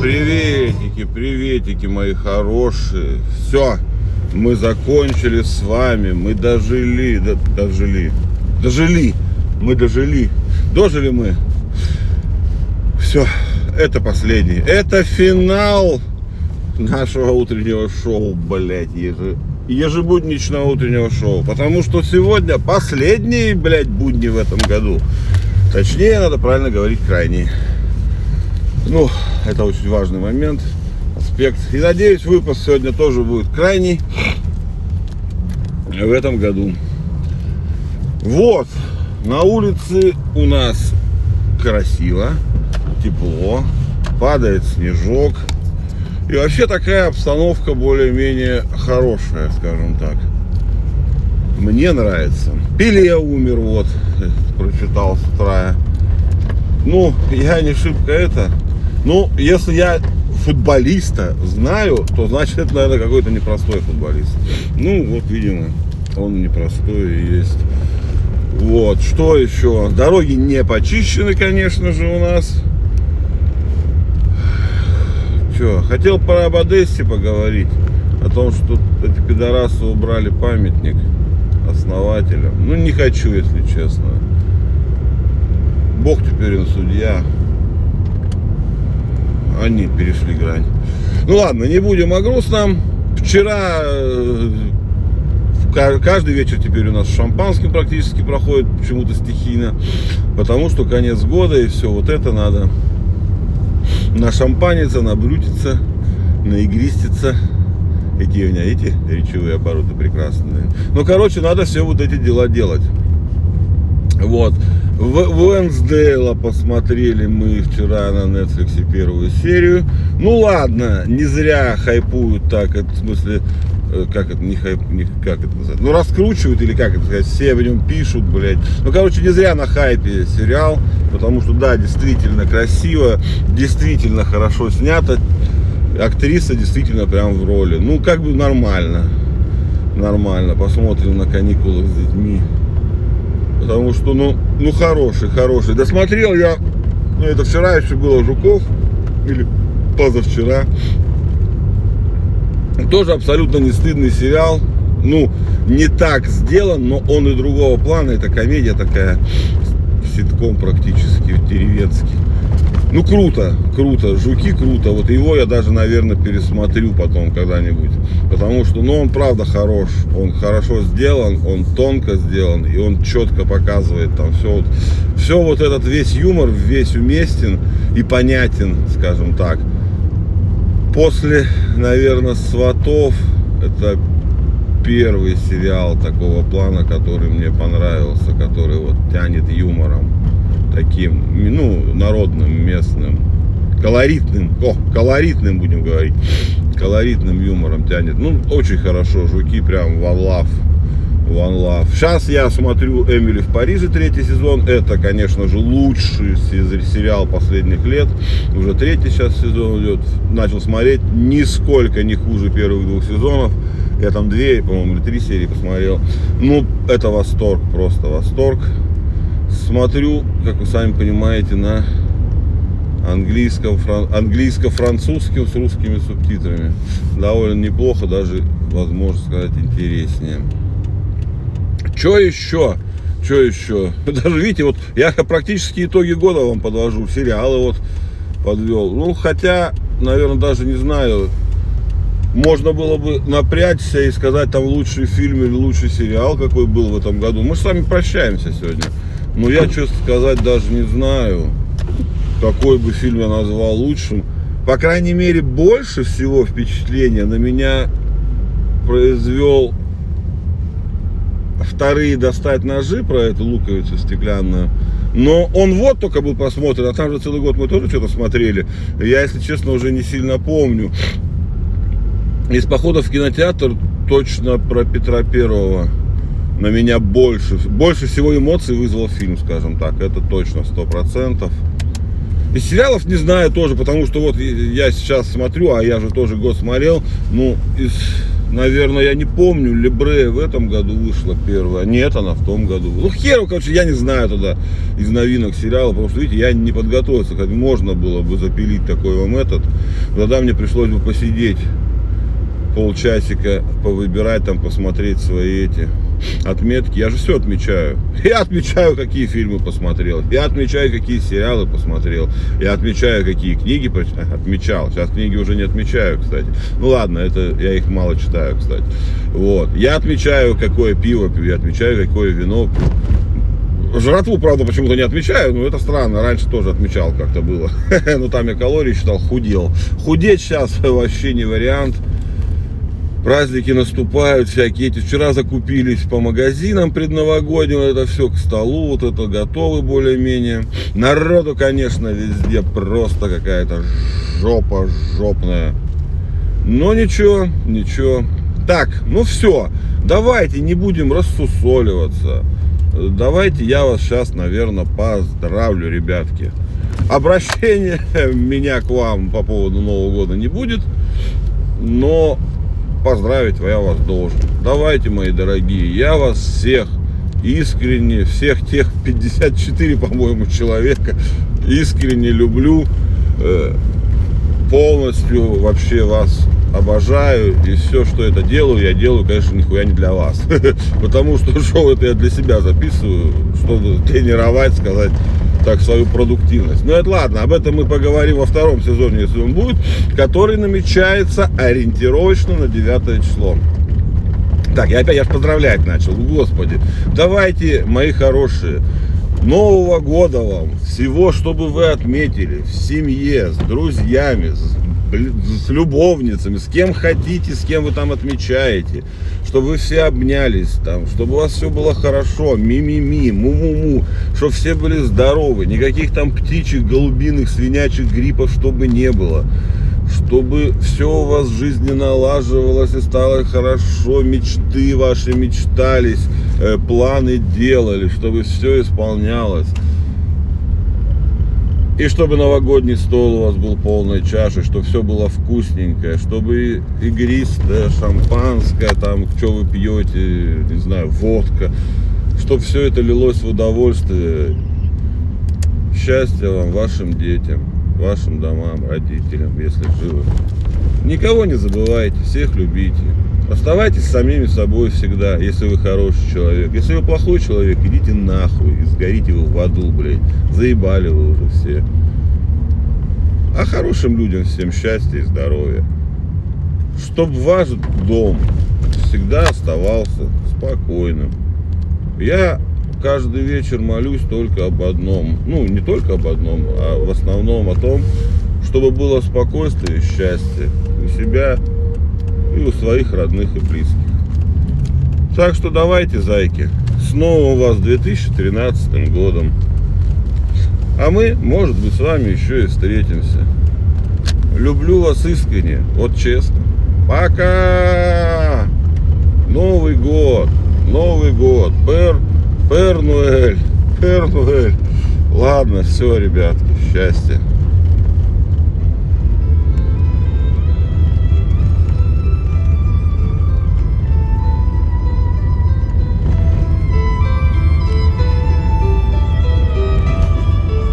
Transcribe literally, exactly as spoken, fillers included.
Приветики, приветики, мои хорошие. Все, мы закончили с вами. Мы дожили, да, дожили, дожили, мы дожили, дожили мы. Все, это последний, это финал нашего утреннего шоу, блядь, еже, ежебудничного утреннего шоу. Потому что сегодня последние, блядь, будни в этом году. Точнее, надо правильно говорить, крайний. Ну, это очень важный момент, аспект. И надеюсь, выпуск сегодня тоже будет крайний в этом году. Вот, на улице у нас красиво, тепло, падает снежок. И вообще такая обстановка более-менее хорошая, скажем так. Мне нравится. Пеле умер, вот, прочитал с утра. Ну, я не шибко это. Ну, если я футболиста знаю, то значит это, наверное, какой-то непростой футболист. Ну, вот, видимо, он непростой и есть. Вот, что еще? Дороги не почищены, конечно же, у нас. Че, хотел про об Одессе поговорить. О том, что эти пидорасы убрали памятник основателям. Ну, не хочу, если честно. Бог теперь он судья. Они перешли грань. Ну ладно, не будем о грустном. Вчера каждый вечер теперь у нас шампанским практически проходит почему-то стихийно. Потому что конец года и все вот это надо нашампаниться, набрютиться, наигриститься. Какие у меня эти речевые обороты прекрасные. Ну, короче, надо все вот эти дела делать. Вот. Уэнсдейла посмотрели мы вчера на Netflix первую серию. Ну ладно, не зря хайпуют так, это, в смысле, как это, не хайп, не, как это называется, ну раскручивают или как это сказать, все в нем пишут, блядь. Ну, короче, не зря на хайпе сериал, потому что, да, действительно красиво, действительно хорошо снято, актриса действительно прям в роли. Ну, как бы нормально, нормально, посмотрим на каникулах с детьми. Потому что, ну, ну хороший, хороший. Досмотрел я, ну это вчера еще было Жуков, или позавчера. Тоже абсолютно не стыдный сериал. Ну, не так сделан, но он и другого плана. Это комедия такая, ситком практически, деревенский. Ну, круто, круто, Жуки круто. Вот его я даже, наверное, пересмотрю потом когда-нибудь. Потому что, ну, он правда хорош. Он хорошо сделан, он тонко сделан. И он четко показывает там все вот, все вот этот весь юмор, весь уместен и понятен, скажем так. После, наверное, «Сватов», это первый сериал такого плана, который мне понравился, который вот тянет юмором. Таким, ну, народным, местным, колоритным, о, колоритным будем говорить, колоритным юмором тянет. Ну, очень хорошо, Жуки прям one love, one love. Сейчас я смотрю «Эмили в Париже», третий сезон. Это, конечно же, лучший сериал последних лет. Уже третий сейчас сезон идет. Начал смотреть, нисколько не хуже первых двух сезонов. Я там две, по-моему, или три серии посмотрел. Ну, это восторг, просто восторг. Смотрю, как вы сами понимаете, на английском, фран... английско-французском с русскими субтитрами. Довольно неплохо, даже, возможно сказать, интереснее. Что еще? Что еще? Даже, видите, вот я практически итоги года вам подвожу. Сериалы вот подвел. Ну, хотя, наверное, даже не знаю. Можно было бы напрячься и сказать, там, лучший фильм или лучший сериал, какой был в этом году. Мы с вами прощаемся сегодня. Но я, честно сказать, даже не знаю, какой бы фильм я назвал лучшим. По крайней мере, больше всего впечатления на меня произвел «Вторые достать ножи», про эту луковицу стеклянную. Но он вот только был посмотрен, а там же целый год мы тоже что-то смотрели. Я, если честно, уже не сильно помню. Из похода в кинотеатр точно про Петра Первого на меня больше, больше всего эмоций вызвал фильм, скажем так. Это точно, сто процентов. Из сериалов не знаю тоже, потому что вот я сейчас смотрю, а я же тоже год смотрел. Ну, из наверное, я не помню, Лебре в этом году вышла первая. Нет, она в том году. Ну, хер, короче, я не знаю тогда из новинок сериала, потому что, видите, я не подготовился, хоть можно было бы запилить такой вам этот. Тогда мне пришлось бы посидеть полчасика, повыбирать там, посмотреть свои эти отметки. Я же все отмечаю. Я отмечаю, какие фильмы посмотрел. Я отмечаю, какие сериалы посмотрел. Я отмечаю, какие книги отмечал. Сейчас книги уже не отмечаю, кстати. Ну ладно, это я их мало читаю, кстати. Вот. Я отмечаю, какое пиво пью. Я отмечаю, какое вино пью. Жратву, правда, почему-то не отмечаю, но это странно. Раньше тоже отмечал, как-то было. Но там я калории считал, худел. Худеть сейчас вообще не вариант. Праздники наступают всякие эти. Вчера закупились по магазинам предновогодним. Это все к столу. Вот это готовы более-менее. Народу, конечно, везде просто какая-то жопа жопная. Но ничего, ничего. Так, ну все. Давайте не будем рассусоливаться. Давайте я вас сейчас, наверное, поздравлю, ребятки. Обращения меня к вам по поводу Нового года не будет. Но поздравить я вас должен. Давайте, мои дорогие, я вас всех искренне, всех тех пятьдесят четыре, по-моему, человека искренне люблю, полностью вообще вас обожаю. И все, что это делаю, я делаю, конечно, нихуя не для вас. Потому что шоу это я для себя записываю, чтобы тренировать, сказать так, свою продуктивность. Но это ладно, об этом мы поговорим во втором сезоне, если он будет, который намечается ориентировочно на девятое число. Так, я опять я поздравлять начал, господи. Давайте, мои хорошие, Нового года вам, всего, чтобы вы отметили в семье, с друзьями, с, с любовницами, с кем хотите, с кем вы там отмечаете, чтобы вы все обнялись там, чтобы у вас все было хорошо, ми-ми-ми, му-му-му, чтобы все были здоровы, никаких там птичек, голубиных, свинячьих гриппов, чтобы не было. Чтобы все у вас в жизни налаживалось и стало хорошо, мечты ваши мечтались, э, планы делали, чтобы все исполнялось. И чтобы новогодний стол у вас был полной чашей, чтобы все было вкусненькое, чтобы игристое, шампанское, там, что вы пьете, не знаю, водка, чтобы все это лилось в удовольствие. Счастья вам, вашим детям, вашим домам, родителям, если живы. Никого не забывайте, всех любите. Оставайтесь самими собой всегда, если вы хороший человек. Если вы плохой человек, идите нахуй и сгорите вы в аду, блядь. Заебали вы уже все. А хорошим людям всем счастья и здоровья. Чтоб ваш дом всегда оставался спокойным. Я каждый вечер молюсь только об одном. Ну, не только об одном, а в основном о том, чтобы было спокойствие и счастье у себя и у своих родных и близких. Так что давайте, зайки, с новым вас две тысячи тринадцатым годом. А мы, может быть, с вами еще и встретимся. Люблю вас искренне, вот честно. Пока! Новый год, Новый год, Пер, Пер Нуэль, Пер Нуэль. Ладно, все, ребятки, счастья.